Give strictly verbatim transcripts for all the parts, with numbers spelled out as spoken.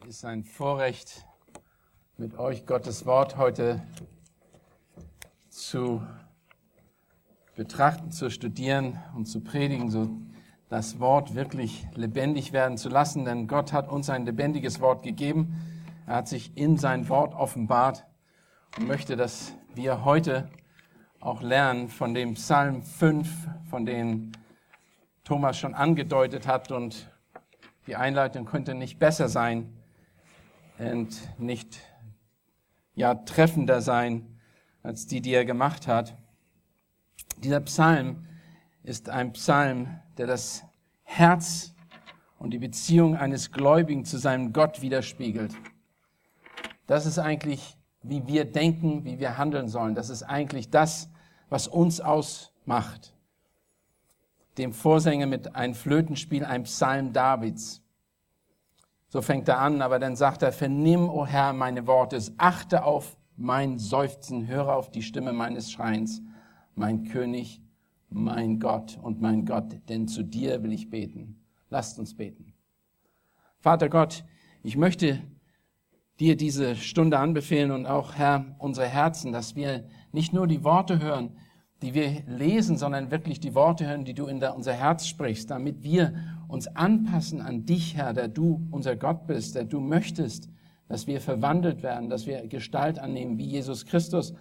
Es ist ein Vorrecht, mit euch Gottes Wort heute zu betrachten, zu studieren und zu predigen, so das Wort wirklich lebendig werden zu lassen, denn Gott hat uns ein lebendiges Wort gegeben. Er hat sich in sein Wort offenbart und möchte, dass wir heute auch lernen von dem Psalm fünf, von dem Thomas schon angedeutet hat, und die Einleitung könnte nicht besser sein und nicht ja, treffender sein als die, die er gemacht hat. Dieser Psalm ist ein Psalm, der das Herz und die Beziehung eines Gläubigen zu seinem Gott widerspiegelt. Das ist eigentlich, wie wir denken, wie wir handeln sollen. Das ist eigentlich das, was uns ausmacht. Dem Vorsänger mit einem Flötenspiel, ein Psalm Davids. So fängt er an, aber dann sagt er: Vernimm, o Herr, meine Worte, achte auf mein Seufzen, höre auf die Stimme meines Schreins, mein König, mein Gott und mein Gott, denn zu dir will ich beten. Lasst uns beten. Vater Gott, ich möchte dir diese Stunde anbefehlen und auch, Herr, unsere Herzen, dass wir nicht nur die Worte hören, die wir lesen, sondern wirklich die Worte hören, die du in unser Herz sprichst, damit wir uns anpassen an dich, Herr, der du unser Gott bist, der du möchtest, dass wir verwandelt werden, dass wir Gestalt annehmen wie Jesus Christus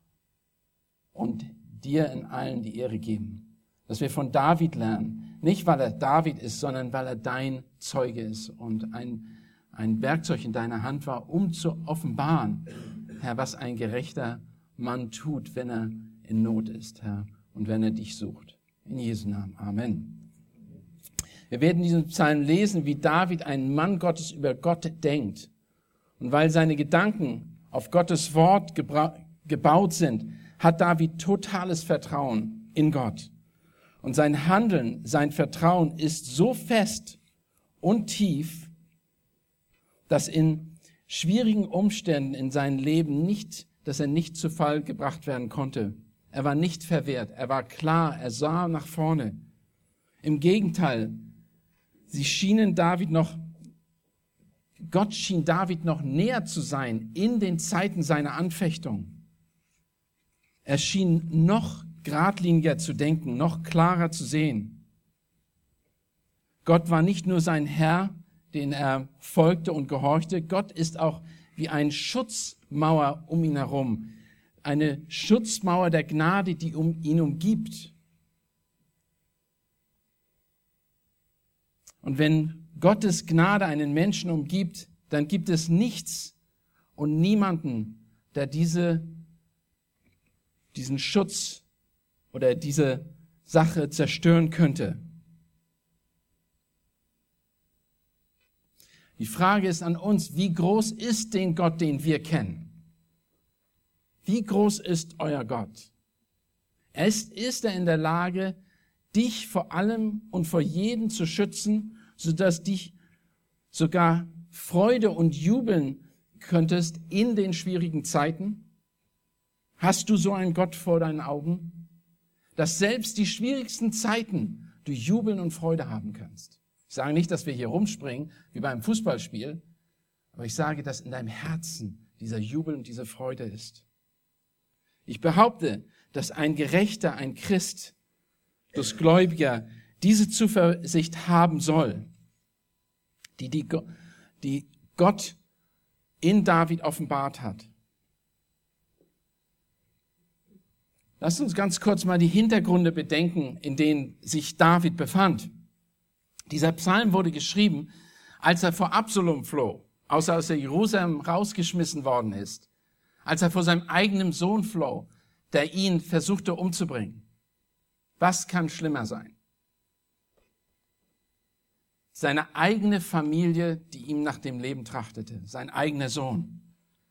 und dir in allen die Ehre geben. Dass wir von David lernen, nicht weil er David ist, sondern weil er dein Zeuge ist und ein, ein Werkzeug in deiner Hand war, um zu offenbaren, Herr, was ein gerechter Mann tut, wenn er in Not ist, Herr, und wenn er dich sucht. In Jesu Namen. Amen. Wir werden diesen Psalm lesen, wie David, ein Mann Gottes, über Gott denkt. Und weil seine Gedanken auf Gottes Wort gebra- gebaut sind, hat David totales Vertrauen in Gott. Und sein Handeln, sein Vertrauen ist so fest und tief, dass in schwierigen Umständen in seinem Leben nicht, dass er nicht zu Fall gebracht werden konnte. Er war nicht verwehrt, er war klar, er sah nach vorne. Im Gegenteil, sie schienen David noch, Gott schien David noch näher zu sein in den Zeiten seiner Anfechtung. Er schien noch geradliniger zu denken, noch klarer zu sehen. Gott war nicht nur sein Herr, den er folgte und gehorchte, Gott ist auch wie eine Schutzmauer um ihn herum. Eine Schutzmauer der Gnade, die um ihn umgibt. Und wenn Gottes Gnade einen Menschen umgibt, dann gibt es nichts und niemanden, der diese, diesen Schutz oder diese Sache zerstören könnte. Die Frage ist an uns: Wie groß ist den Gott, den wir kennen? Wie groß ist euer Gott? Ist, ist er in der Lage, dich vor allem und vor jedem zu schützen, sodass dich sogar Freude und jubeln könntest in den schwierigen Zeiten? Hast du so einen Gott vor deinen Augen, dass selbst die schwierigsten Zeiten du jubeln und Freude haben kannst? Ich sage nicht, dass wir hier rumspringen wie beim Fußballspiel, aber ich sage, dass in deinem Herzen dieser Jubel und diese Freude ist. Ich behaupte, dass ein Gerechter, ein Christ, das Gläubiger, diese Zuversicht haben soll, die, die, die Gott in David offenbart hat. Lasst uns ganz kurz mal die Hintergründe bedenken, in denen sich David befand. Dieser Psalm wurde geschrieben, als er vor Absalom floh, als er aus Jerusalem rausgeschmissen worden ist, als er vor seinem eigenen Sohn floh, der ihn versuchte umzubringen. Was kann schlimmer sein? Seine eigene Familie, die ihm nach dem Leben trachtete, sein eigener Sohn.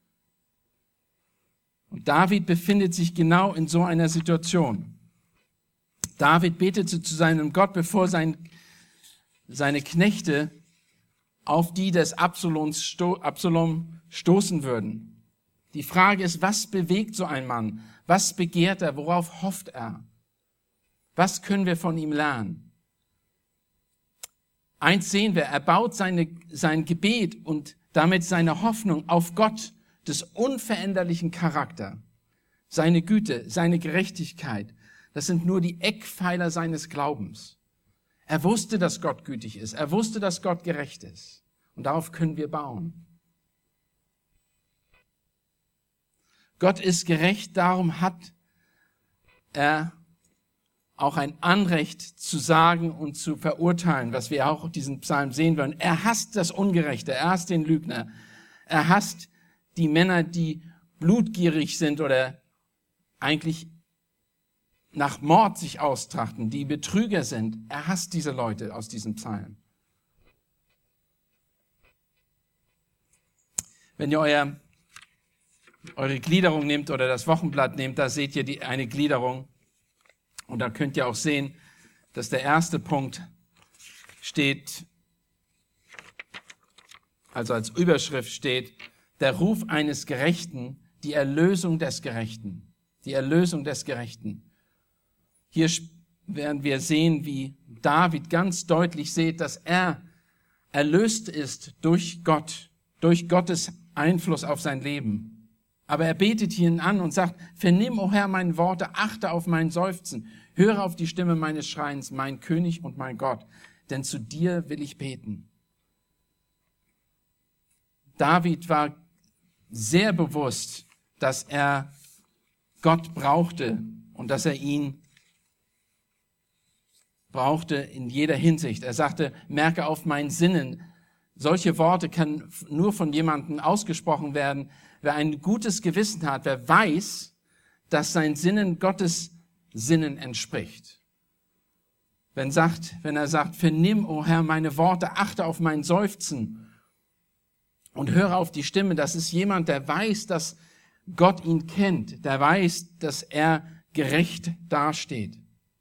Und David befindet sich genau in so einer Situation. David betete zu seinem Gott, bevor sein, seine Knechte auf die des Absaloms sto- Absalom stoßen würden. Die Frage ist, was bewegt so ein Mann? Was begehrt er? Worauf hofft er? Was können wir von ihm lernen? Eins sehen wir, er baut seine, sein Gebet und damit seine Hoffnung auf Gott des unveränderlichen Charakter, seine Güte, seine Gerechtigkeit. Das sind nur die Eckpfeiler seines Glaubens. Er wusste, dass Gott gütig ist. Er wusste, dass Gott gerecht ist. Und darauf können wir bauen. Gott ist gerecht, darum hat er auch ein Anrecht zu sagen und zu verurteilen, was wir auch in diesem Psalm sehen wollen. Er hasst das Ungerechte, er hasst den Lügner, er hasst die Männer, die blutgierig sind oder eigentlich nach Mord sich austrachten, die Betrüger sind. Er hasst diese Leute aus diesem Psalm. Wenn ihr euer, eure Gliederung nehmt oder das Wochenblatt nehmt, da seht ihr die, eine Gliederung. Und da könnt ihr auch sehen, dass der erste Punkt steht, also als Überschrift steht, der Ruf eines Gerechten, die Erlösung des Gerechten. Die Erlösung des Gerechten. Hier werden wir sehen, wie David ganz deutlich sieht, dass er erlöst ist durch Gott, durch Gottes Einfluss auf sein Leben. Aber er betet ihn an und sagt, vernimm, o Herr, meine Worte, achte auf mein Seufzen, höre auf die Stimme meines Schreins, mein König und mein Gott, denn zu dir will ich beten. David war sehr bewusst, dass er Gott brauchte und dass er ihn brauchte in jeder Hinsicht. Er sagte, merke auf mein Sinnen. Solche Worte können nur von jemandem ausgesprochen werden, wer ein gutes Gewissen hat, wer weiß, dass sein Sinnen Gottes Sinnen entspricht. Wenn, sagt, wenn er sagt, vernimm, o Herr, meine Worte, achte auf mein Seufzen und höre auf die Stimme, das ist jemand, der weiß, dass Gott ihn kennt, der weiß, dass er gerecht dasteht.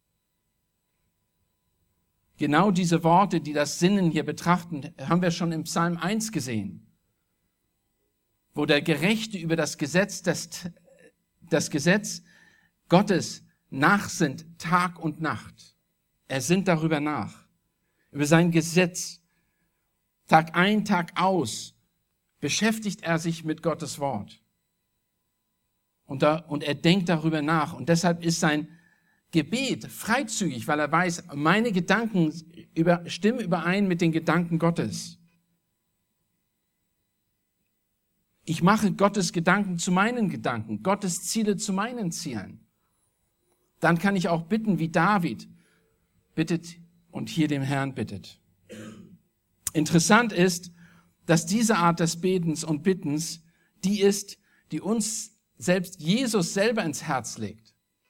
Genau diese Worte, die das Sinnen hier betrachten, haben wir schon im Psalm eins gesehen, wo der Gerechte über das Gesetz, das, das Gesetz Gottes nachsinnt, Tag und Nacht. Er sinnt darüber nach, über sein Gesetz. Tag ein, Tag aus beschäftigt er sich mit Gottes Wort. Und, da, und er denkt darüber nach. Und deshalb ist sein Gebet freizügig, weil er weiß, meine Gedanken über, stimmen überein mit den Gedanken Gottes. Ich mache Gottes Gedanken zu meinen Gedanken, Gottes Ziele zu meinen Zielen. Dann kann ich auch bitten, wie David bittet und hier dem Herrn bittet. Interessant ist, dass diese Art des Betens und Bittens die ist, die uns selbst Jesus selber ins Herz legt.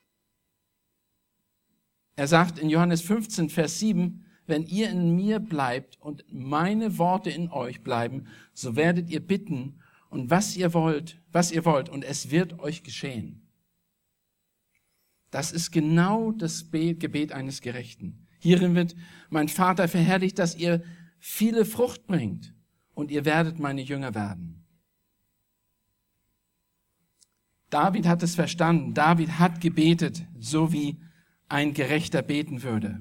Er sagt in Johannes fünfzehn, Vers sieben, wenn ihr in mir bleibt und meine Worte in euch bleiben, so werdet ihr bitten und was ihr wollt, was ihr wollt, und es wird euch geschehen. Das ist genau das Gebet eines Gerechten. Hierin wird mein Vater verherrlicht, dass ihr viele Frucht bringt und ihr werdet meine Jünger werden. David hat es verstanden. David hat gebetet, so wie ein Gerechter beten würde.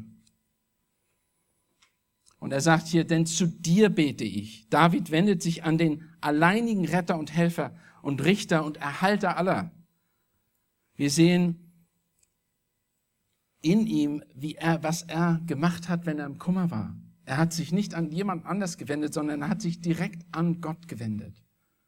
Und er sagt hier, denn zu dir bete ich. David wendet sich an den alleinigen Retter und Helfer und Richter und Erhalter aller. Wir sehen in ihm, wie er, was er gemacht hat, wenn er im Kummer war. Er hat sich nicht an jemand anders gewendet, sondern er hat sich direkt an Gott gewendet.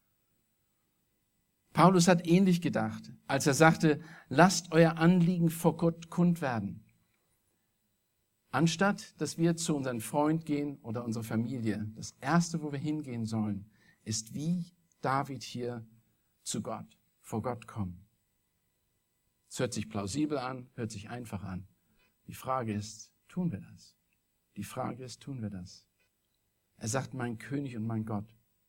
Paulus hat ähnlich gedacht, als er sagte, lasst euer Anliegen vor Gott kund werden. Anstatt, dass wir zu unserem Freund gehen oder unserer Familie, das Erste, wo wir hingehen sollen, ist wie David hier zu Gott, vor Gott kommen. Es hört sich plausibel an, hört sich einfach an. Die Frage ist, tun wir das? Die Frage ist, tun wir das? Er sagt, mein König und mein Gott.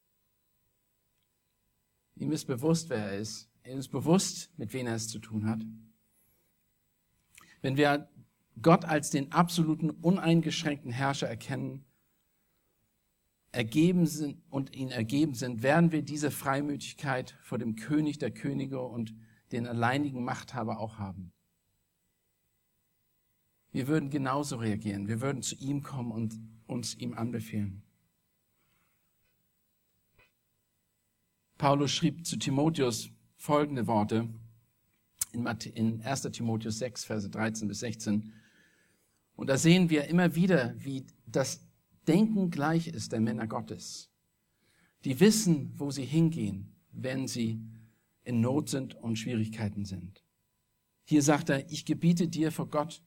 Ihm ist bewusst, wer er ist. Ihm ist bewusst, mit wem er es zu tun hat. Wenn wir Gott als den absoluten, uneingeschränkten Herrscher erkennen, ergeben sind und ihn ergeben sind, werden wir diese Freimütigkeit vor dem König der Könige und den alleinigen Machthaber auch haben. Wir würden genauso reagieren. Wir würden zu ihm kommen und uns ihm anbefehlen. Paulus schrieb zu Timotheus folgende Worte in erster Timotheus sechs, Verse dreizehn bis sechzehn. Und da sehen wir immer wieder, wie das Denken gleich ist der Männer Gottes. Die wissen, wo sie hingehen, wenn sie in Not sind und Schwierigkeiten sind. Hier sagt er, ich gebiete dir vor Gott,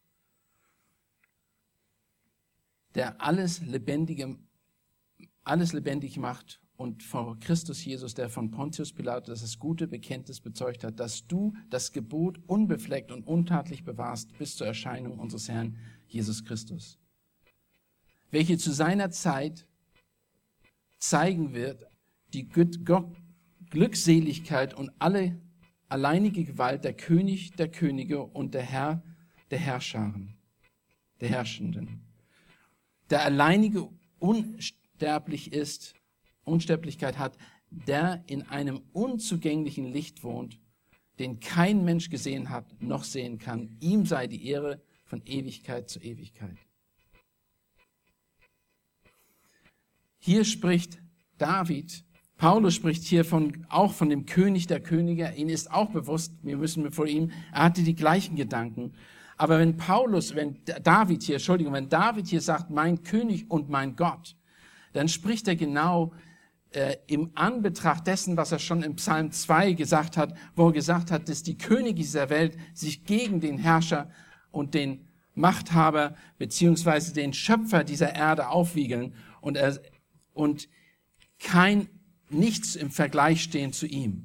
der alles Lebendige, alles lebendig macht, und vor Christus Jesus, der von Pontius Pilatus das gute Bekenntnis bezeugt hat, dass du das Gebot unbefleckt und untadelig bewahrst bis zur Erscheinung unseres Herrn Jesus Christus, welche zu seiner Zeit zeigen wird, die Glückseligkeit und alle alleinige Gewalt der König der Könige und der Herr der Herrscharen, der Herrschenden, der alleinige unsterblich ist, Unsterblichkeit hat, der in einem unzugänglichen Licht wohnt, den kein Mensch gesehen hat, noch sehen kann. Ihm sei die Ehre von Ewigkeit zu Ewigkeit. Hier spricht David, Paulus spricht hier von, auch von dem König der Könige. Ihnen ist auch bewusst, wir müssen vor ihm, er hatte die gleichen Gedanken. Aber wenn Paulus, wenn David hier, Entschuldigung, wenn David hier sagt, mein König und mein Gott, dann spricht er genau äh, im Anbetracht dessen, was er schon im Psalm zwei gesagt hat, wo er gesagt hat, dass die Könige dieser Welt sich gegen den Herrscher und den Machthaber beziehungsweise den Schöpfer dieser Erde aufwiegeln und, er, und kein nichts im Vergleich stehen zu ihm.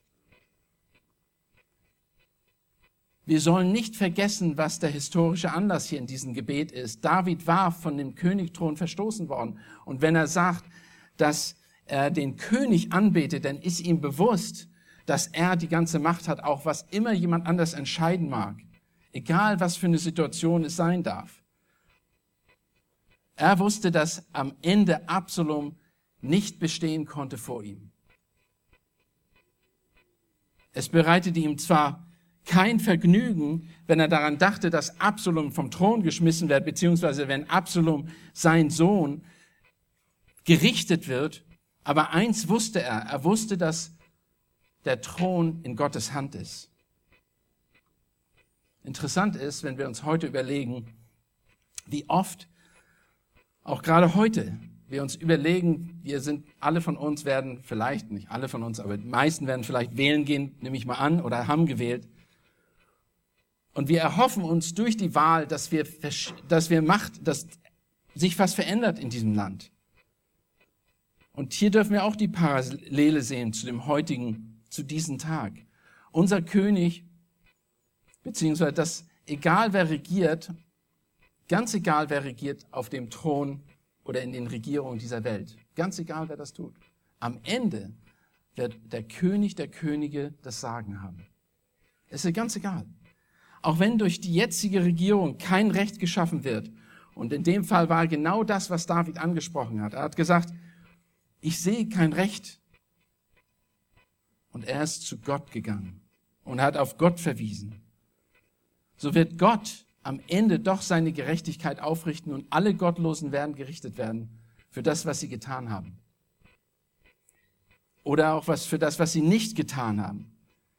Wir sollen nicht vergessen, was der historische Anlass hier in diesem Gebet ist. David war von dem Königthron verstoßen worden. Und wenn er sagt, dass er den König anbetet, dann ist ihm bewusst, dass er die ganze Macht hat, auch was immer jemand anders entscheiden mag. Egal, was für eine Situation es sein darf. Er wusste, dass am Ende Absalom nicht bestehen konnte vor ihm. Es bereitete ihm zwar kein Vergnügen, wenn er daran dachte, dass Absalom vom Thron geschmissen wird, beziehungsweise wenn Absalom, sein Sohn, gerichtet wird. Aber eins wusste er, er wusste, dass der Thron in Gottes Hand ist. Interessant ist, wenn wir uns heute überlegen, wie oft, auch gerade heute, wir uns überlegen, wir sind, alle von uns werden vielleicht, nicht alle von uns, aber die meisten werden vielleicht wählen gehen, nehme ich mal an, oder haben gewählt. Und wir erhoffen uns durch die Wahl, dass wir, dass wir Macht, dass sich was verändert in diesem Land. Und hier dürfen wir auch die Parallele sehen zu dem heutigen, zu diesem Tag. Unser König, beziehungsweise das, egal wer regiert, ganz egal wer regiert auf dem Thron oder in den Regierungen dieser Welt, ganz egal wer das tut, am Ende wird der König der Könige das Sagen haben. Es ist ganz egal. Auch wenn durch die jetzige Regierung kein Recht geschaffen wird, und in dem Fall war genau das, was David angesprochen hat. Er hat gesagt, ich sehe kein Recht. Und er ist zu Gott gegangen und hat auf Gott verwiesen. So wird Gott am Ende doch seine Gerechtigkeit aufrichten und alle Gottlosen werden gerichtet werden für das, was sie getan haben. Oder auch was für das, was sie nicht getan haben.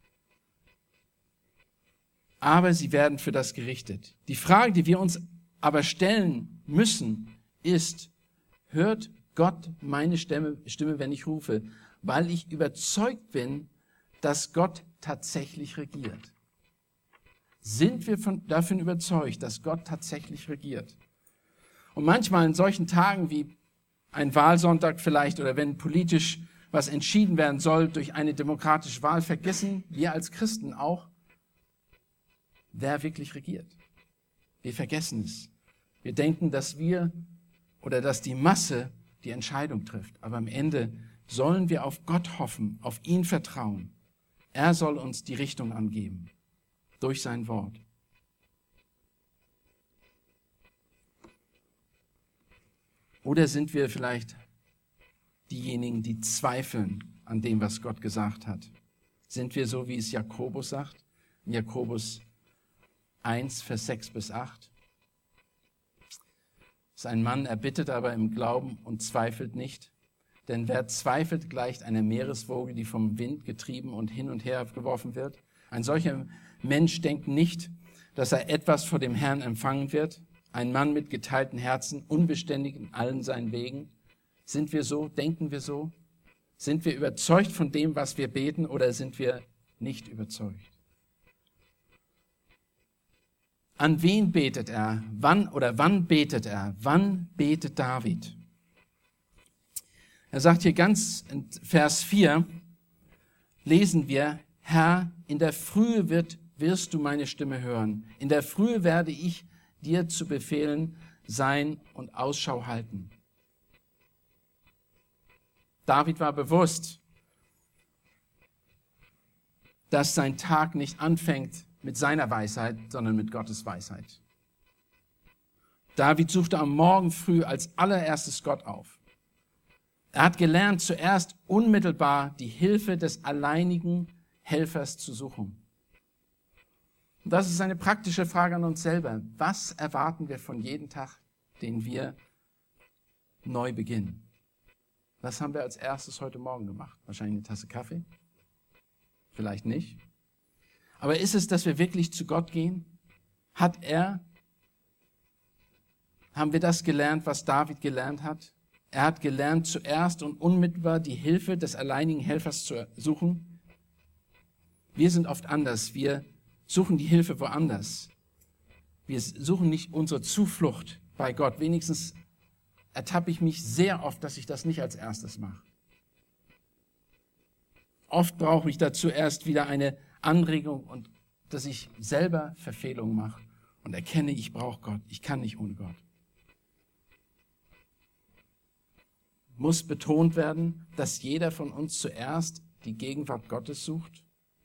Aber sie werden für das gerichtet. Die Frage, die wir uns aber stellen müssen, ist, hört Gott meine Stimme, Stimme, wenn ich rufe, weil ich überzeugt bin, dass Gott tatsächlich regiert. Sind wir von, davon überzeugt, dass Gott tatsächlich regiert? Und manchmal in solchen Tagen wie ein Wahlsonntag vielleicht oder wenn politisch was entschieden werden soll durch eine demokratische Wahl, vergessen wir als Christen auch, wer wirklich regiert. Wir vergessen es. Wir denken, dass wir oder dass die Masse die Entscheidung trifft. Aber am Ende sollen wir auf Gott hoffen, auf ihn vertrauen. Er soll uns die Richtung angeben durch sein Wort. Oder sind wir vielleicht diejenigen, die zweifeln an dem, was Gott gesagt hat? Sind wir so, wie es Jakobus sagt? In Jakobus eins, Vers sechs bis acht. ist ein Mann, er bittet aber im Glauben und zweifelt nicht. Denn wer zweifelt, gleicht einer Meereswoge, die vom Wind getrieben und hin und her geworfen wird. Ein solcher Mensch denkt nicht, dass er etwas vor dem Herrn empfangen wird. Ein Mann mit geteilten Herzen, unbeständig in allen seinen Wegen. Sind wir so? Denken wir so? Sind wir überzeugt von dem, was wir beten, oder sind wir nicht überzeugt? An wen betet er? Wann oder wann betet er? Wann betet David? Er sagt hier ganz in Vers vier, lesen wir, Herr, in der Frühe wird, wirst du meine Stimme hören. In der Frühe werde ich dir zu befehlen sein und Ausschau halten. David war bewusst, dass sein Tag nicht anfängt mit seiner Weisheit, sondern mit Gottes Weisheit. David suchte am Morgen früh als allererstes Gott auf. Er hat gelernt, zuerst unmittelbar die Hilfe des alleinigen Helfers zu suchen. Und das ist eine praktische Frage an uns selber. Was erwarten wir von jedem Tag, den wir neu beginnen? Was haben wir als erstes heute Morgen gemacht? Wahrscheinlich eine Tasse Kaffee? Vielleicht nicht. Aber ist es, dass wir wirklich zu Gott gehen? Hat er, haben wir das gelernt, was David gelernt hat? Er hat gelernt, zuerst und unmittelbar die Hilfe des alleinigen Helfers zu suchen. Wir sind oft anders. Wir suchen die Hilfe woanders. Wir suchen nicht unsere Zuflucht bei Gott. Wenigstens ertappe ich mich sehr oft, dass ich das nicht als erstes mache. Oft brauche ich dazu erst wieder eine Anregung und dass ich selber Verfehlungen mache und erkenne, ich brauche Gott. Ich kann nicht ohne Gott. Muss betont werden, dass jeder von uns zuerst die Gegenwart Gottes sucht.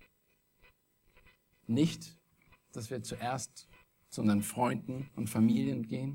Nicht, dass wir zuerst zu unseren Freunden und Familien gehen.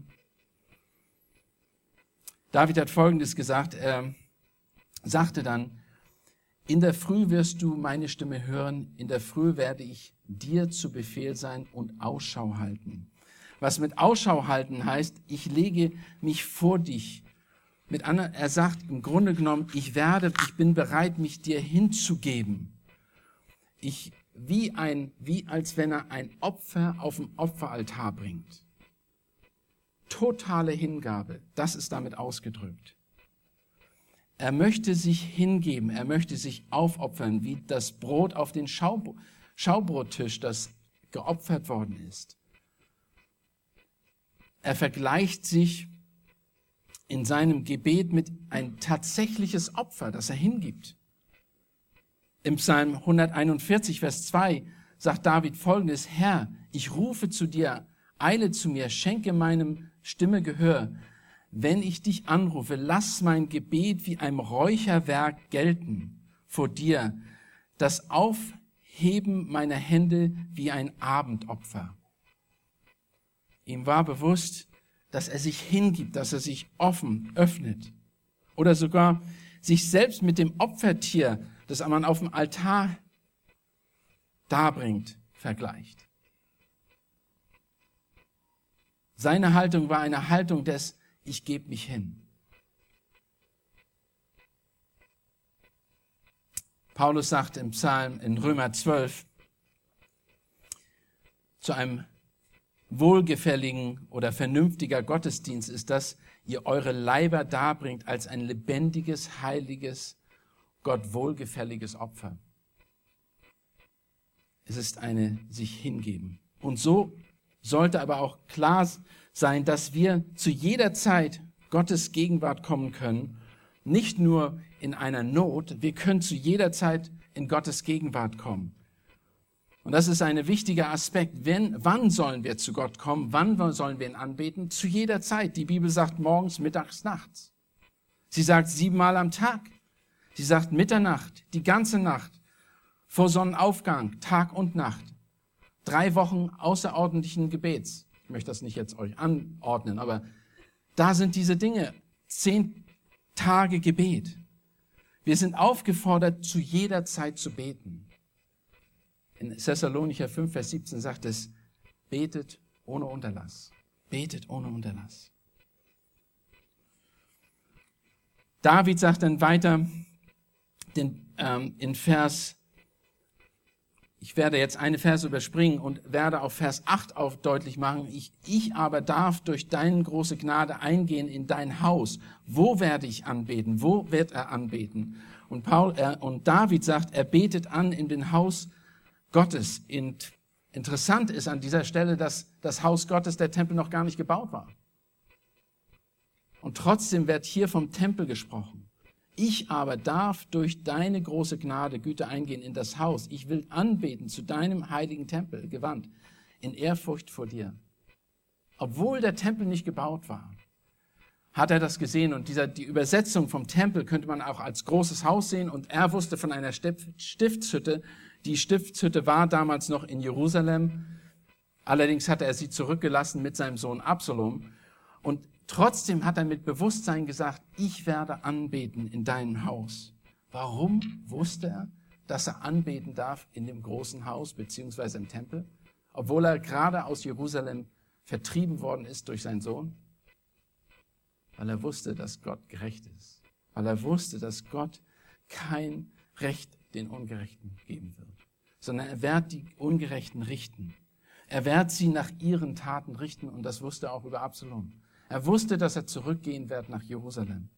David hat Folgendes gesagt, er sagte dann, in der Früh wirst du meine Stimme hören, in der Früh werde ich dir zu Befehl sein und Ausschau halten. Was mit Ausschau halten heißt, ich lege mich vor dich. Mit anderen, er sagt im Grunde genommen, ich werde, ich bin bereit, mich dir hinzugeben. Ich, wie ein, wie als wenn er ein Opfer auf dem Opferaltar bringt. Totale Hingabe, das ist damit ausgedrückt. Er möchte sich hingeben, er möchte sich aufopfern, wie das Brot auf den Schau, Schaubrottisch, das geopfert worden ist. Er vergleicht sich in seinem Gebet mit ein tatsächliches Opfer, das er hingibt. Im Psalm hunderteinundvierzig, Vers zwei sagt David Folgendes, Herr, ich rufe zu dir, eile zu mir, schenke meinem Stimme Gehör. Wenn ich dich anrufe, lass mein Gebet wie ein Räucherwerk gelten vor dir, das Aufheben meiner Hände wie ein Abendopfer. Ihm war bewusst, dass er sich hingibt, dass er sich offen öffnet oder sogar sich selbst mit dem Opfertier, das man auf dem Altar darbringt, vergleicht. Seine Haltung war eine Haltung des Ich gebe mich hin. Paulus sagt im Psalm in Römer zwölf, zu einem wohlgefälligen oder vernünftiger Gottesdienst ist, dass ihr eure Leiber darbringt als ein lebendiges, heiliges, Gott wohlgefälliges Opfer. Es ist eine sich hingeben. Und so sollte aber auch klar sein, dass wir zu jeder Zeit Gottes Gegenwart kommen können, nicht nur in einer Not, wir können zu jeder Zeit in Gottes Gegenwart kommen. Und das ist ein wichtiger Aspekt. Wenn, wann sollen wir zu Gott kommen? Wann sollen wir ihn anbeten? Zu jeder Zeit. Die Bibel sagt morgens, mittags, nachts. Sie sagt siebenmal am Tag. Sie sagt Mitternacht, die ganze Nacht, vor Sonnenaufgang, Tag und Nacht. Drei Wochen außerordentlichen Gebets. Ich möchte das nicht jetzt euch anordnen, aber da sind diese Dinge. Zehn Tage Gebet. Wir sind aufgefordert, zu jeder Zeit zu beten. In Thessalonicher fünf, Vers siebzehn sagt es, betet ohne Unterlass. Betet ohne Unterlass. David sagt dann weiter den, ähm, in Vers, ich werde jetzt eine Verse überspringen und werde auf Vers acht auf deutlich machen, ich, ich aber darf durch deine große Gnade eingehen in dein Haus. Wo werde ich anbeten? Wo wird er anbeten? Und, Paul, äh, und David sagt, er betet an in den Haus Gottes. Und interessant ist an dieser Stelle, dass das Haus Gottes, der Tempel, noch gar nicht gebaut war. Und trotzdem wird hier vom Tempel gesprochen. Ich aber darf durch deine große Gnade, Güte eingehen in das Haus. Ich will anbeten zu deinem heiligen Tempel, gewandt, in Ehrfurcht vor dir. Obwohl der Tempel nicht gebaut war, hat er das gesehen. Und dieser, die Übersetzung vom Tempel könnte man auch als großes Haus sehen. Und er wusste von einer Stiftshütte. Die Stiftshütte war damals noch in Jerusalem. Allerdings hatte er sie zurückgelassen mit seinem Sohn Absalom. Und trotzdem hat er mit Bewusstsein gesagt, ich werde anbeten in deinem Haus. Warum wusste er, dass er anbeten darf in dem großen Haus beziehungsweise im Tempel? Obwohl er gerade aus Jerusalem vertrieben worden ist durch seinen Sohn? Weil er wusste, dass Gott gerecht ist. Weil er wusste, dass Gott kein Recht den Ungerechten geben wird. Sondern er wird die Ungerechten richten. Er wird sie nach ihren Taten richten und das wusste er auch über Absalom. Er wusste, dass er zurückgehen wird nach Jerusalem.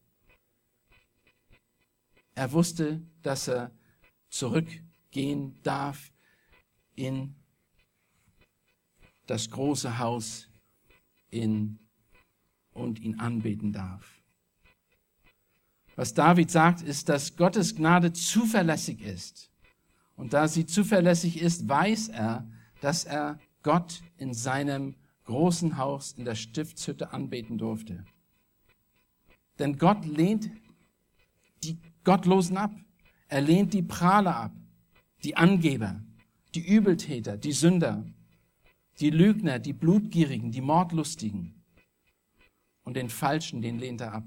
Er wusste, dass er zurückgehen darf in das große Haus in, und ihn anbeten darf. Was David sagt, ist, dass Gottes Gnade zuverlässig ist. Und da sie zuverlässig ist, weiß er, dass er Gott in seinem großen Haus in der Stiftshütte anbeten durfte. Denn Gott lehnt die Gottlosen ab. Er lehnt die Prahler ab, die Angeber, die Übeltäter, die Sünder, die Lügner, die Blutgierigen, die Mordlustigen. Und den Falschen, den lehnt er ab.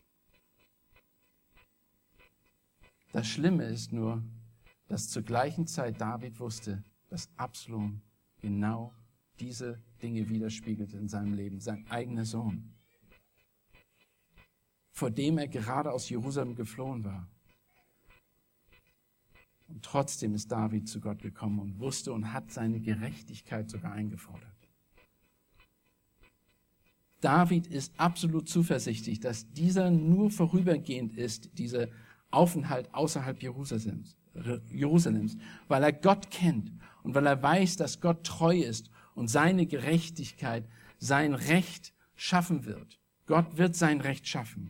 Das Schlimme ist nur, dass zur gleichen Zeit David wusste, dass Absalom genau diese Dinge widerspiegelte in seinem Leben, sein eigener Sohn, vor dem er gerade aus Jerusalem geflohen war. Und trotzdem ist David zu Gott gekommen und wusste und hat seine Gerechtigkeit sogar eingefordert. David ist absolut zuversichtlich, dass dieser nur vorübergehend ist, dieser Aufenthalt außerhalb Jerusalems, Jerusalems, weil er Gott kennt und weil er weiß, dass Gott treu ist und seine Gerechtigkeit, sein Recht schaffen wird. Gott wird sein Recht schaffen.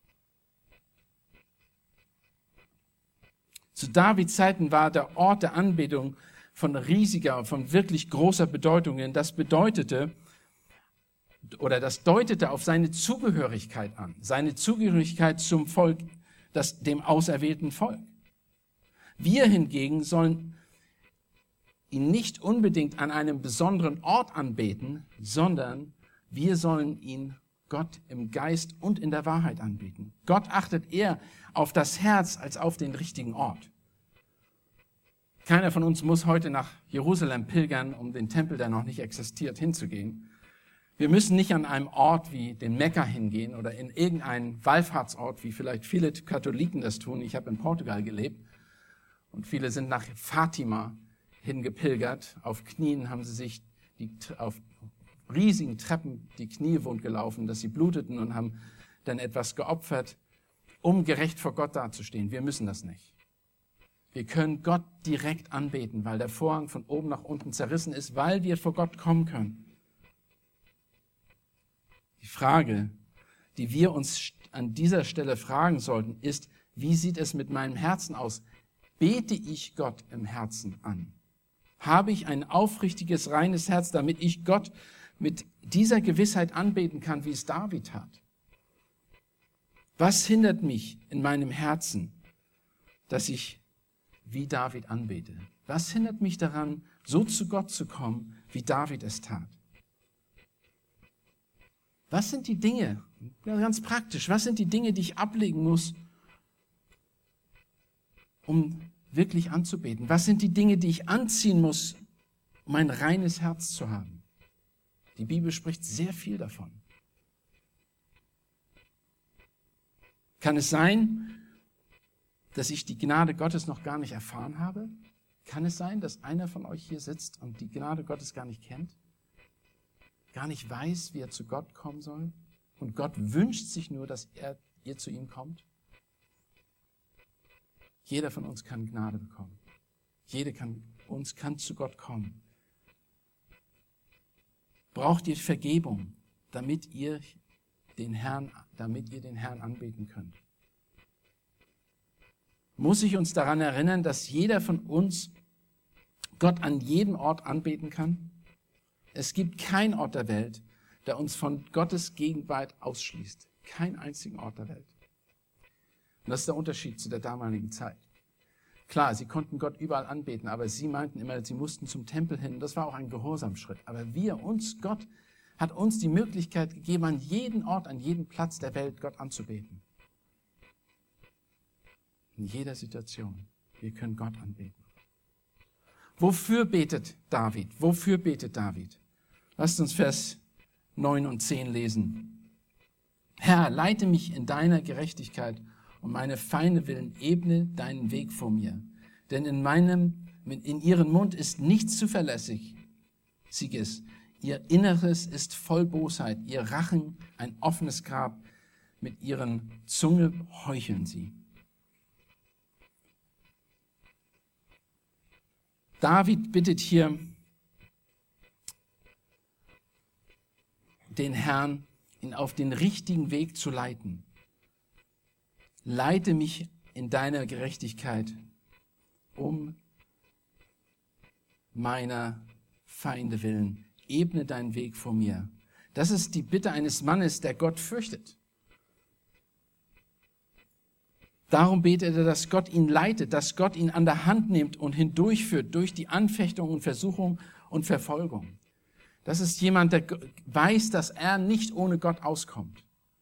Zu Davids Zeiten war der Ort der Anbetung von riesiger, von wirklich großer Bedeutung, denn das bedeutete, oder das deutete auf seine Zugehörigkeit an, seine Zugehörigkeit zum Volk, das, dem auserwählten Volk. Wir hingegen sollen ihn nicht unbedingt an einem besonderen Ort anbeten, sondern wir sollen ihn Gott im Geist und in der Wahrheit anbeten. Gott achtet eher auf das Herz als auf den richtigen Ort. Keiner von uns muss heute nach Jerusalem pilgern, um den Tempel, der noch nicht existiert, hinzugehen. Wir müssen nicht an einem Ort wie den Mekka hingehen oder in irgendeinen Wallfahrtsort, wie vielleicht viele Katholiken das tun. Ich habe in Portugal gelebt und viele sind nach Fatima hingepilgert. Auf Knien haben sie sich die, auf riesigen Treppen die Knie wund gelaufen, dass sie bluteten und haben dann etwas geopfert, um gerecht vor Gott dazustehen. Wir müssen das nicht. Wir können Gott direkt anbeten, weil der Vorhang von oben nach unten zerrissen ist, weil wir vor Gott kommen können. Die Frage, die wir uns an dieser Stelle fragen sollten, ist, wie sieht es mit meinem Herzen aus? Bete ich Gott im Herzen an? Habe ich ein aufrichtiges, reines Herz, damit ich Gott mit dieser Gewissheit anbeten kann, wie es David hat? Was hindert mich in meinem Herzen, dass ich wie David anbete? Was hindert mich daran, so zu Gott zu kommen, wie David es tat? Was sind die Dinge, ganz praktisch, was sind die Dinge, die ich ablegen muss, um wirklich anzubeten? Was sind die Dinge, die ich anziehen muss, um ein reines Herz zu haben? Die Bibel spricht sehr viel davon. Kann es sein, dass ich die Gnade Gottes noch gar nicht erfahren habe? Kann es sein, dass einer von euch hier sitzt und die Gnade Gottes gar nicht kennt? Gar nicht weiß, wie er zu Gott kommen soll? Und Gott wünscht sich nur, dass er, ihr zu ihm kommt? Jeder von uns kann Gnade bekommen. Jeder kann, uns kann zu Gott kommen. Braucht ihr Vergebung, damit ihr den Herrn, damit ihr den Herrn anbeten könnt? Muss ich uns daran erinnern, dass jeder von uns Gott an jedem Ort anbeten kann? Es gibt keinen Ort der Welt, der uns von Gottes Gegenwart ausschließt. Keinen einzigen Ort der Welt. Und das ist der Unterschied zu der damaligen Zeit. Klar, sie konnten Gott überall anbeten, aber sie meinten immer, sie mussten zum Tempel hin. Das war auch ein Gehorsamschritt. Aber wir, uns, Gott, hat uns die Möglichkeit gegeben, an jedem Ort, an jedem Platz der Welt Gott anzubeten. In jeder Situation. Wir können Gott anbeten. Wofür betet David? Wofür betet David? Lasst uns Vers neun und zehn lesen. Herr, leite mich in deiner Gerechtigkeit, um meine Feinde willen, ebne deinen Weg vor mir. Denn in meinem, in ihrem Mund ist nichts Zuverlässiges. Ihr Inneres ist voll Bosheit, ihr Rachen ein offenes Grab, mit ihren Zunge heucheln sie. David bittet hier den Herrn, ihn auf den richtigen Weg zu leiten. Leite mich in deiner Gerechtigkeit, um meiner Feinde willen. Ebne deinen Weg vor mir. Das ist die Bitte eines Mannes, der Gott fürchtet. Darum betet er, dass Gott ihn leitet, dass Gott ihn an der Hand nimmt und hindurchführt durch die Anfechtung und Versuchung und Verfolgung. Das ist jemand, der weiß, dass er nicht ohne Gott auskommt.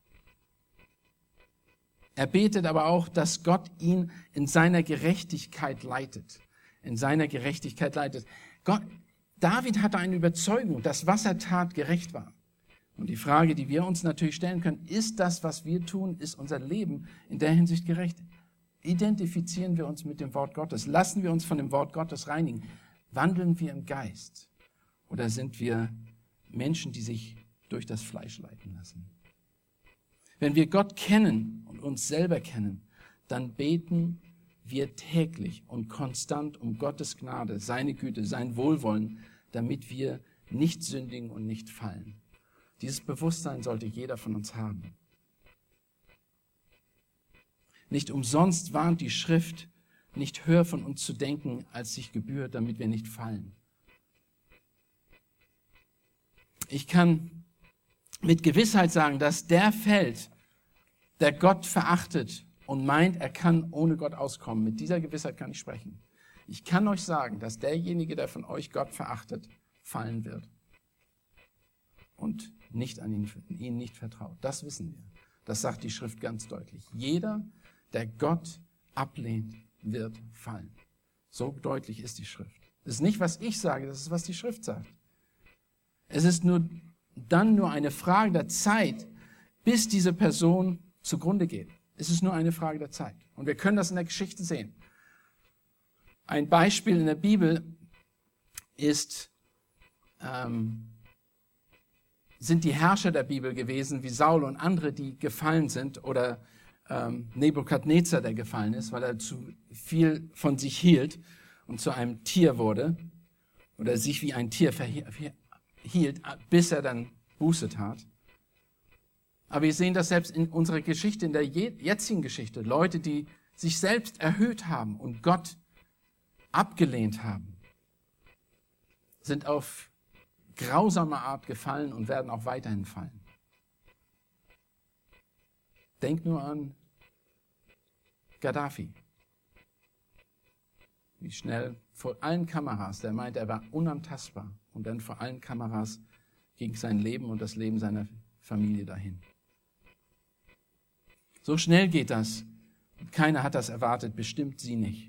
Er betet aber auch, dass Gott ihn in seiner Gerechtigkeit leitet. In seiner Gerechtigkeit leitet. Gott, David hatte eine Überzeugung, dass was er tat, gerecht war. Und die Frage, die wir uns natürlich stellen können, ist das, was wir tun, ist unser Leben in der Hinsicht gerecht? Identifizieren wir uns mit dem Wort Gottes? Lassen wir uns von dem Wort Gottes reinigen? Wandeln wir im Geist? Oder sind wir Menschen, die sich durch das Fleisch leiten lassen? Wenn wir Gott kennen und uns selber kennen, dann beten wir täglich und konstant um Gottes Gnade, seine Güte, sein Wohlwollen, damit wir nicht sündigen und nicht fallen. Dieses Bewusstsein sollte jeder von uns haben. Nicht umsonst warnt die Schrift, nicht höher von uns zu denken, als sich gebührt, damit wir nicht fallen. Ich kann mit Gewissheit sagen, dass der fällt, der Gott verachtet und meint, er kann ohne Gott auskommen. Mit dieser Gewissheit kann ich sprechen. Ich kann euch sagen, dass derjenige, der von euch Gott verachtet, fallen wird und nicht an ihn, ihn nicht vertraut. Das wissen wir. Das sagt die Schrift ganz deutlich. Jeder, der Gott ablehnt, wird fallen. So deutlich ist die Schrift. Das ist nicht, was ich sage, das ist, was die Schrift sagt. Es ist nur dann nur eine Frage der Zeit, bis diese Person zugrunde geht. Es ist nur eine Frage der Zeit. Und wir können das in der Geschichte sehen. Ein Beispiel in der Bibel ist, ähm, sind die Herrscher der Bibel gewesen, wie Saul und andere, die gefallen sind, oder ähm, Nebukadnezar, der gefallen ist, weil er zu viel von sich hielt und zu einem Tier wurde, oder sich wie ein Tier verhielt, bis er dann Buße tat. Aber wir sehen das selbst in unserer Geschichte, in der jetzigen Geschichte. Leute, die sich selbst erhöht haben und Gott abgelehnt haben, sind auf grausame Art gefallen und werden auch weiterhin fallen. Denk nur an Gaddafi. Wie schnell vor allen Kameras, der meinte, er war unantastbar, und dann vor allen Kameras ging sein Leben und das Leben seiner Familie dahin. So schnell geht das. Keiner hat das erwartet, bestimmt sie nicht.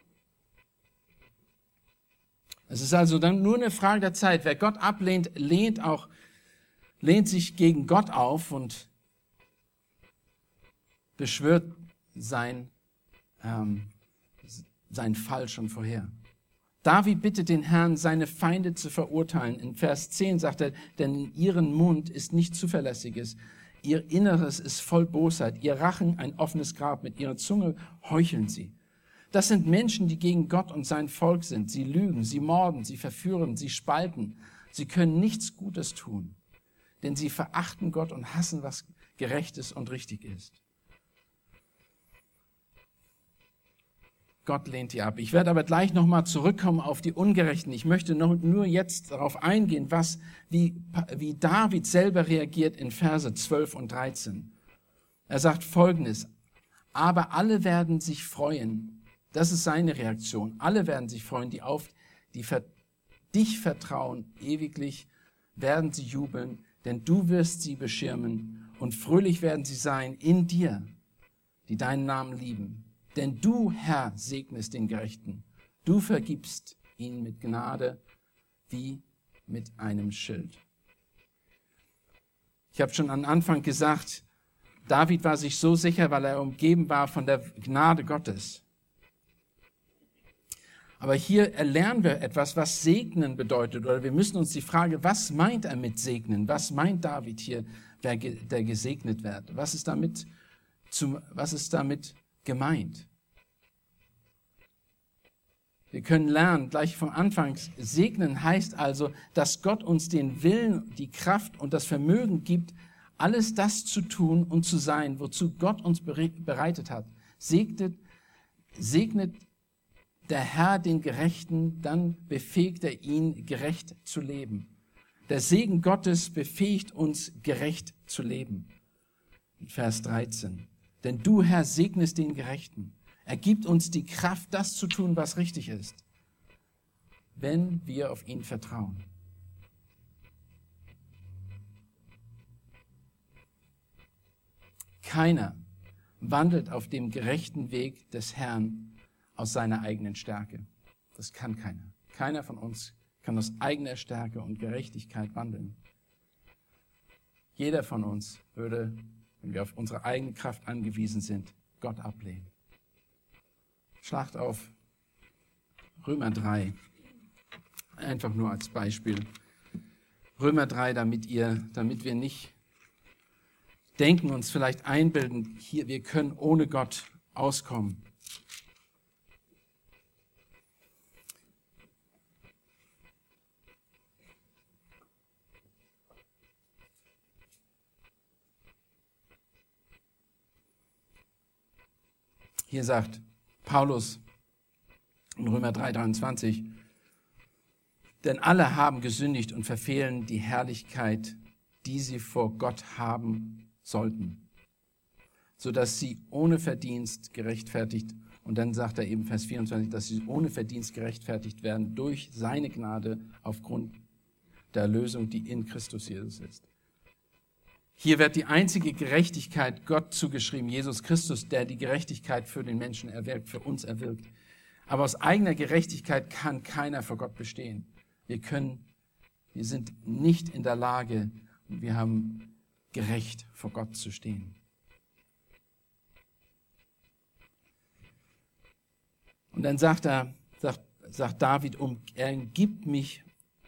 Es ist also dann nur eine Frage der Zeit. Wer Gott ablehnt, lehnt auch, lehnt sich gegen Gott auf, und beschwört sein, ähm, sein Fall schon vorher. David bittet den Herrn, seine Feinde zu verurteilen. In Vers zehn sagt er, denn in ihren Mund ist nichts Zuverlässiges. Ihr Inneres ist voll Bosheit. Ihr Rachen ein offenes Grab. Mit ihrer Zunge heucheln sie. Das sind Menschen, die gegen Gott und sein Volk sind. Sie lügen, sie morden, sie verführen, sie spalten. Sie können nichts Gutes tun, denn sie verachten Gott und hassen, was Gerechtes und richtig ist. Gott lehnt die ab. Ich werde aber gleich nochmal zurückkommen auf die Ungerechten. Ich möchte noch, nur jetzt darauf eingehen, was, wie, wie David selber reagiert in Verse zwölf und dreizehn. Er sagt Folgendes: Aber alle werden sich freuen. Das ist seine Reaktion. Alle werden sich freuen, die auf die Ver- dich vertrauen. Ewiglich werden sie jubeln, denn du wirst sie beschirmen. Und fröhlich werden sie sein in dir, die deinen Namen lieben. Denn du, Herr, segnest den Gerechten. Du vergibst ihn mit Gnade wie mit einem Schild. Ich habe schon am Anfang gesagt, David war sich so sicher, weil er umgeben war von der Gnade Gottes. Aber hier erlernen wir etwas, was segnen bedeutet. Oder wir müssen uns die Frage, was meint er mit segnen? Was meint David hier, der, der gesegnet wird? Was ist damit, zum, was ist damit gemeint? Wir können lernen, gleich vom Anfang, segnen heißt also, dass Gott uns den Willen, die Kraft und das Vermögen gibt, alles das zu tun und zu sein, wozu Gott uns bereitet hat. Segnet, segnet der Herr den Gerechten, dann befähigt er ihn, gerecht zu leben. Der Segen Gottes befähigt uns, gerecht zu leben. Vers dreizehn. Denn du, Herr, segnest den Gerechten. Er gibt uns die Kraft, das zu tun, was richtig ist, wenn wir auf ihn vertrauen. Keiner wandelt auf dem gerechten Weg des Herrn aus seiner eigenen Stärke. Das kann keiner. Keiner von uns kann aus eigener Stärke und Gerechtigkeit wandeln. Jeder von uns würde, wenn wir auf unsere eigene Kraft angewiesen sind, Gott ablehnen. Schlagt auf Römer drei, einfach nur als Beispiel. Römer drei, damit ihr, damit wir nicht denken, uns vielleicht einbilden, hier, wir können ohne Gott auskommen. Hier sagt Paulus in Römer drei, dreiundzwanzig, denn alle haben gesündigt und verfehlen die Herrlichkeit, die sie vor Gott haben sollten, sodass sie ohne Verdienst gerechtfertigt, und dann sagt er eben Vers vierundzwanzig, dass sie ohne Verdienst gerechtfertigt werden durch seine Gnade aufgrund der Erlösung, die in Christus Jesus ist. Hier wird die einzige Gerechtigkeit Gott zugeschrieben, Jesus Christus, der die Gerechtigkeit für den Menschen erwirkt, für uns erwirkt. Aber aus eigener Gerechtigkeit kann keiner vor Gott bestehen. Wir können, wir sind nicht in der Lage, wir haben gerecht vor Gott zu stehen. Und dann sagt er, sagt, sagt David, um, er gibt mich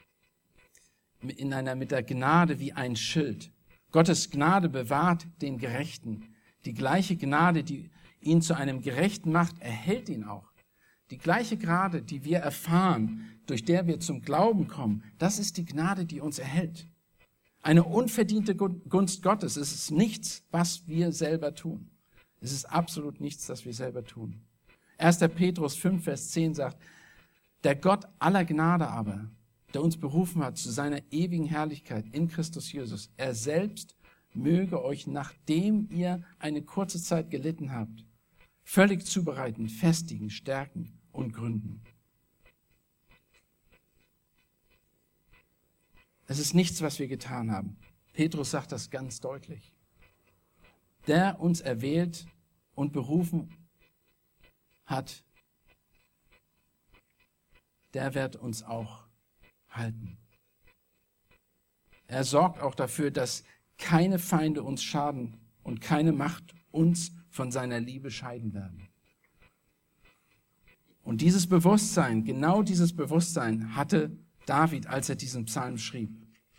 in einer, mit der Gnade wie ein Schild. Gottes Gnade bewahrt den Gerechten. Die gleiche Gnade, die ihn zu einem Gerechten macht, erhält ihn auch. Die gleiche Gnade, die wir erfahren, durch der wir zum Glauben kommen, das ist die Gnade, die uns erhält. Eine unverdiente Gunst Gottes. Es ist nichts, was wir selber tun. Es ist absolut nichts, was wir selber tun. erster Petrus fünf, Vers zehn sagt, der Gott aller Gnade aber, der uns berufen hat zu seiner ewigen Herrlichkeit in Christus Jesus. Er selbst möge euch, nachdem ihr eine kurze Zeit gelitten habt, völlig zubereiten, festigen, stärken und gründen. Es ist nichts, was wir getan haben. Petrus sagt das ganz deutlich. Der uns erwählt und berufen hat, der wird uns auch halten. Er sorgt auch dafür, dass keine Feinde uns schaden und keine Macht uns von seiner Liebe scheiden werden. Und dieses Bewusstsein, genau dieses Bewusstsein hatte David, als er diesen Psalm schrieb.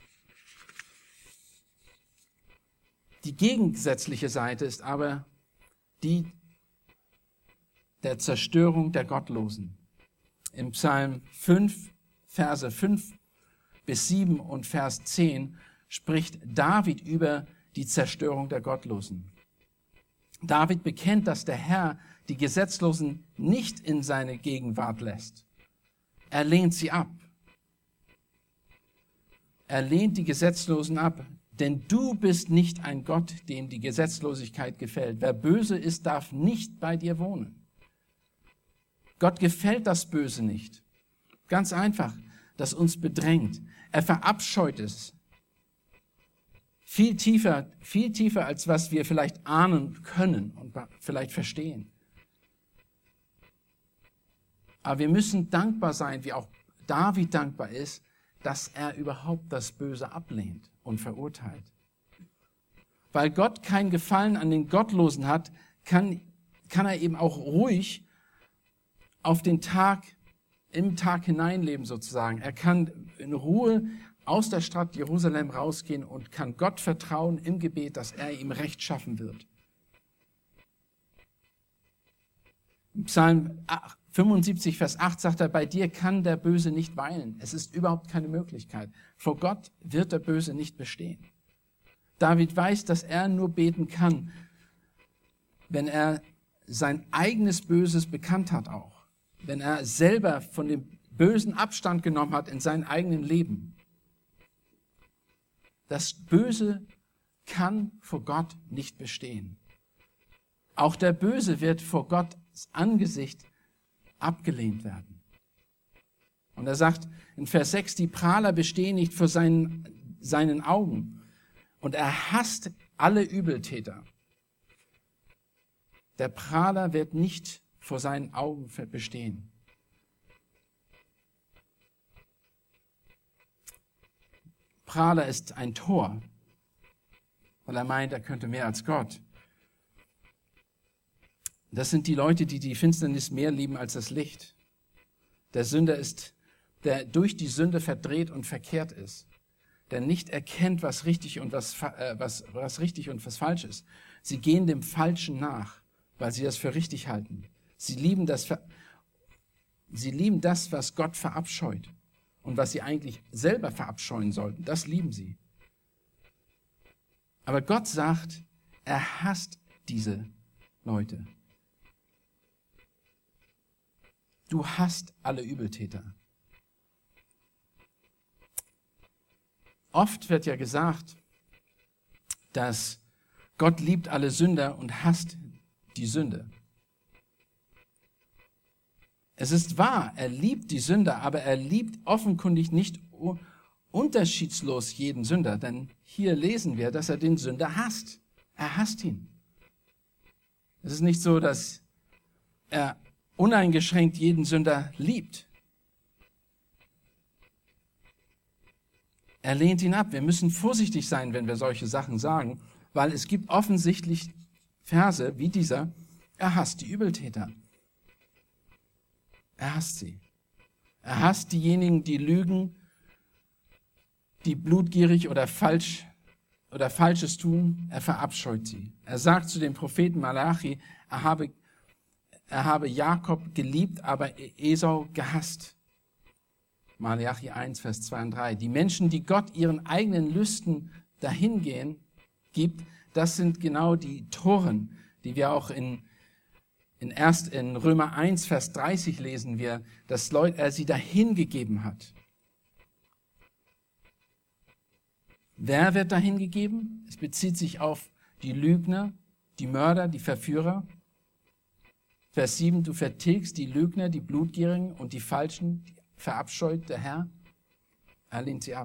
Die gegensätzliche Seite ist aber die der Zerstörung der Gottlosen. Im Psalm fünf, Verse fünf bis sieben und Vers zehn spricht David über die Zerstörung der Gottlosen. David bekennt, dass der Herr die Gesetzlosen nicht in seine Gegenwart lässt. Er lehnt sie ab. Er lehnt die Gesetzlosen ab, denn du bist nicht ein Gott, dem die Gesetzlosigkeit gefällt. Wer böse ist, darf nicht bei dir wohnen. Gott gefällt das Böse nicht. Ganz einfach, das uns bedrängt. Er verabscheut es. Viel tiefer, viel tiefer, als was wir vielleicht ahnen können und vielleicht verstehen. Aber wir müssen dankbar sein, wie auch David dankbar ist, dass er überhaupt das Böse ablehnt und verurteilt. Weil Gott kein Gefallen an den Gottlosen hat, kann, kann er eben auch ruhig auf den Tag, im Tag hineinleben sozusagen. Er kann in Ruhe aus der Stadt Jerusalem rausgehen und kann Gott vertrauen im Gebet, dass er ihm Recht schaffen wird. Im Psalm fünfundsiebzig, Vers acht sagt er, bei dir kann der Böse nicht weilen. Es ist überhaupt keine Möglichkeit. Vor Gott wird der Böse nicht bestehen. David weiß, dass er nur beten kann, wenn er sein eigenes Böses bekannt hat auch. Wenn er selber von dem Bösen Abstand genommen hat in seinem eigenen Leben. Das Böse kann vor Gott nicht bestehen. Auch der Böse wird vor Gottes Angesicht abgelehnt werden. Und er sagt in Vers sechs, die Prahler bestehen nicht vor seinen, seinen Augen. Und er hasst alle Übeltäter. Der Prahler wird nicht vor seinen Augen bestehen. Prahler ist ein Tor, weil er meint, er könnte mehr als Gott. Das sind die Leute, die die Finsternis mehr lieben als das Licht. Der Sünder ist, der durch die Sünde verdreht und verkehrt ist, der nicht erkennt, was richtig und was, äh, was, was richtig und was falsch ist. Sie gehen dem Falschen nach, weil sie das für richtig halten. Sie lieben das, sie lieben das, was Gott verabscheut. Und was sie eigentlich selber verabscheuen sollten, das lieben sie. Aber Gott sagt, er hasst diese Leute. Du hasst alle Übeltäter. Oft wird ja gesagt, dass Gott liebt alle Sünder und hasst die Sünde. Es ist wahr, er liebt die Sünder, aber er liebt offenkundig nicht unterschiedslos jeden Sünder, denn hier lesen wir, dass er den Sünder hasst. Er hasst ihn. Es ist nicht so, dass er uneingeschränkt jeden Sünder liebt. Er lehnt ihn ab. Wir müssen vorsichtig sein, wenn wir solche Sachen sagen, weil es gibt offensichtlich Verse wie dieser, er hasst die Übeltäter. Er hasst sie. Er hasst diejenigen, die lügen, die blutgierig oder falsch oder Falsches tun. Er verabscheut sie. Er sagt zu dem Propheten Malachi, er habe, er habe Jakob geliebt, aber Esau gehasst. Malachi eins, Vers zwei und drei. Die Menschen, die Gott ihren eigenen Lüsten dahingehen gibt, das sind genau die Toren, die wir auch in In, erst in Römer eins, Vers dreißig lesen wir, dass Leute, er sie dahingegeben hat. Wer wird dahingegeben? Es bezieht sich auf die Lügner, die Mörder, die Verführer. Vers sieben, du vertilgst die Lügner, die Blutgierigen und die Falschen, die verabscheut der Herr. Er lehnt sie ab.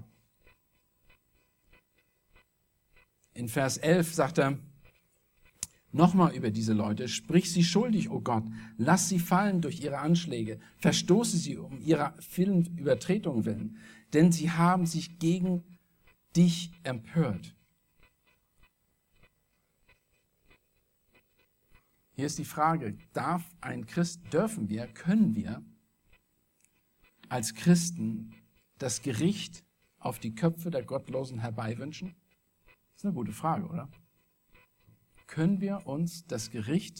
In Vers elf sagt er, nochmal über diese Leute, sprich sie schuldig, o Gott, lass sie fallen durch ihre Anschläge, verstoße sie um ihrer vielen Übertretungen willen, denn sie haben sich gegen dich empört. Hier ist die Frage, darf ein Christ, dürfen wir, können wir als Christen das Gericht auf die Köpfe der Gottlosen herbeiwünschen? Das ist eine gute Frage, oder? Können wir uns das Gericht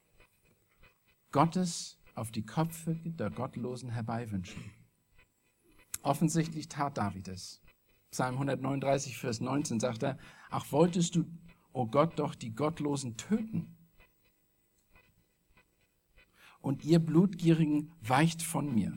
Gottes auf die Köpfe der Gottlosen herbeiwünschen? Offensichtlich tat David es. Psalm hundertneununddreißig, Vers neunzehn sagt er, ach, wolltest du, o Gott, doch die Gottlosen töten? Und ihr Blutgierigen weicht von mir.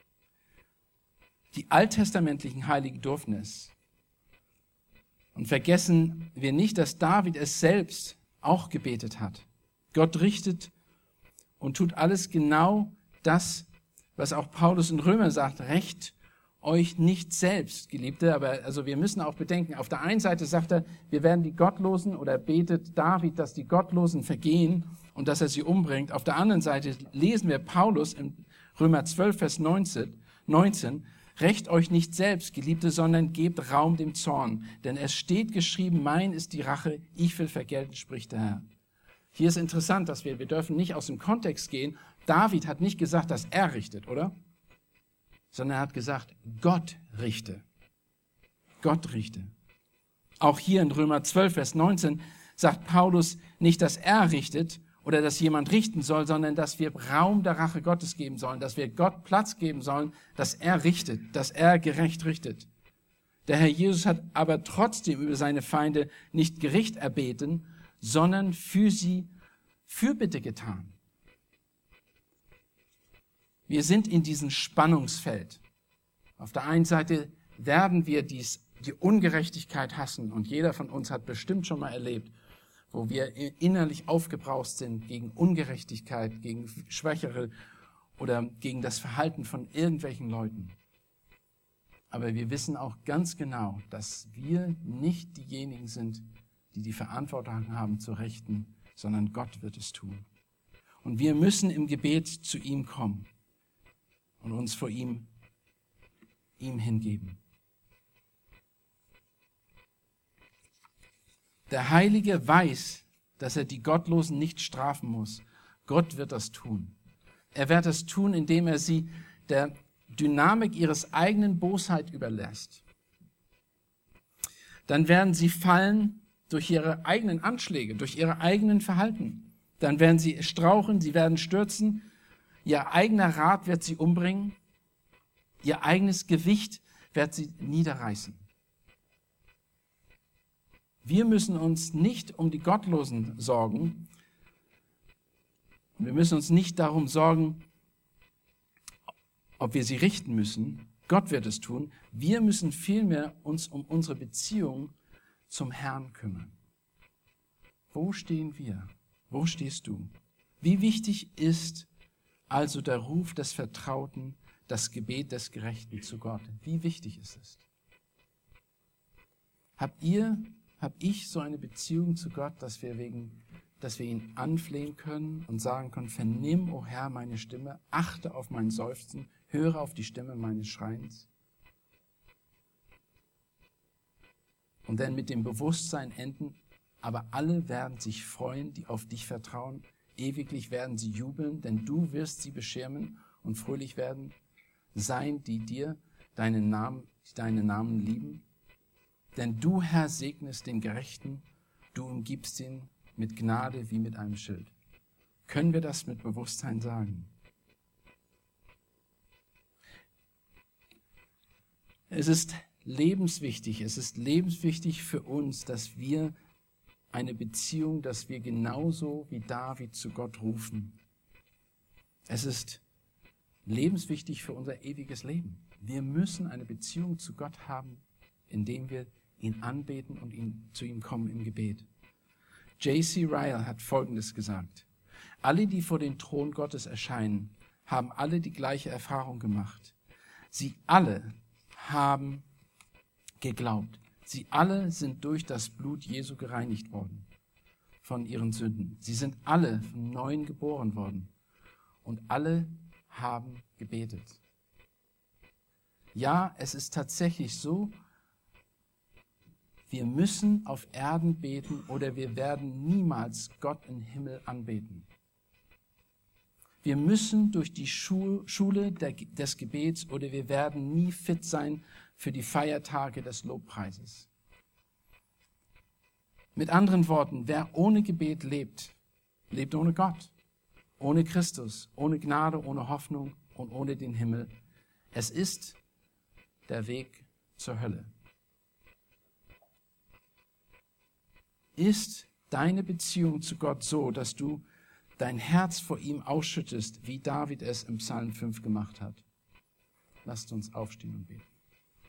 Die alttestamentlichen Heiligen durften es. Und vergessen wir nicht, dass David es selbst auch gebetet hat. Gott richtet und tut alles genau das, was auch Paulus in Römer sagt, rächt euch nicht selbst, Geliebte. Aber also wir müssen auch bedenken, auf der einen Seite sagt er, wir werden die Gottlosen, oder betet David, dass die Gottlosen vergehen und dass er sie umbringt. Auf der anderen Seite lesen wir Paulus in Römer zwölf, Vers neunzehn, neunzehn, rächt euch nicht selbst, Geliebte, sondern gebt Raum dem Zorn. Denn es steht geschrieben, mein ist die Rache, ich will vergelten, spricht der Herr. Hier ist interessant, dass wir, wir dürfen nicht aus dem Kontext gehen. David hat nicht gesagt, dass er richtet, oder? Sondern er hat gesagt, Gott richte. Gott richte. Auch hier in Römer zwölf, Vers neunzehn sagt Paulus nicht, dass er richtet oder dass jemand richten soll, sondern dass wir Raum der Rache Gottes geben sollen, dass wir Gott Platz geben sollen, dass er richtet, dass er gerecht richtet. Der Herr Jesus hat aber trotzdem über seine Feinde nicht Gericht erbeten, sondern für sie Fürbitte getan. Wir sind in diesem Spannungsfeld. Auf der einen Seite werden wir dies, die Ungerechtigkeit hassen, und jeder von uns hat bestimmt schon mal erlebt, wo wir innerlich aufgebraust sind gegen Ungerechtigkeit, gegen Schwächere oder gegen das Verhalten von irgendwelchen Leuten. Aber wir wissen auch ganz genau, dass wir nicht diejenigen sind, die die Verantwortung haben zu richten, sondern Gott wird es tun. Und wir müssen im Gebet zu ihm kommen und uns vor ihm, ihm hingeben. Der Heilige weiß, dass er die Gottlosen nicht strafen muss. Gott wird das tun. Er wird das tun, indem er sie der Dynamik ihres eigenen Bosheit überlässt. Dann werden sie fallen durch ihre eigenen Anschläge, durch ihre eigenen Verhalten. Dann werden sie strauchen, sie werden stürzen. Ihr eigener Rat wird sie umbringen. Ihr eigenes Gewicht wird sie niederreißen. Wir müssen uns nicht um die Gottlosen sorgen. Wir müssen uns nicht darum sorgen, ob wir sie richten müssen. Gott wird es tun. Wir müssen vielmehr uns um unsere Beziehung zum Herrn kümmern. Wo stehen wir? Wo stehst du? Wie wichtig ist also der Ruf des Vertrauten, das Gebet des Gerechten zu Gott? Wie wichtig ist es? Habt ihr, hab ich so eine Beziehung zu Gott, dass wir wegen, dass wir ihn anflehen können und sagen können, vernimm, o Herr, meine Stimme, achte auf mein Seufzen, höre auf die Stimme meines Schreins? Und dann mit dem Bewusstsein enden, aber alle werden sich freuen, die auf dich vertrauen. Ewiglich werden sie jubeln, denn du wirst sie beschirmen und fröhlich werden sein, die dir deinen Namen, deinen Namen lieben. Denn du, Herr, segnest den Gerechten, du umgibst ihn mit Gnade wie mit einem Schild. Können wir das mit Bewusstsein sagen? Es ist lebenswichtig, es ist lebenswichtig für uns, dass wir eine Beziehung, dass wir genauso wie David zu Gott rufen. Es ist lebenswichtig für unser ewiges Leben. Wir müssen eine Beziehung zu Gott haben, indem wir ihn anbeten und ihn, zu ihm kommen im Gebet. J C Ryle hat Folgendes gesagt: Alle, die vor den Thron Gottes erscheinen, haben alle die gleiche Erfahrung gemacht. Sie alle haben geglaubt. Sie alle sind durch das Blut Jesu gereinigt worden von ihren Sünden. Sie sind alle von Neuem geboren worden und alle haben gebetet. Ja, es ist tatsächlich so, wir müssen auf Erden beten oder wir werden niemals Gott im Himmel anbeten. Wir müssen durch die Schule des Gebets oder wir werden nie fit sein für die Feiertage des Lobpreises. Mit anderen Worten, wer ohne Gebet lebt, lebt ohne Gott, ohne Christus, ohne Gnade, ohne Hoffnung und ohne den Himmel. Es ist der Weg zur Hölle. Ist deine Beziehung zu Gott so, dass du dein Herz vor ihm ausschüttest, wie David es im Psalm fünf gemacht hat? Lasst uns aufstehen und beten.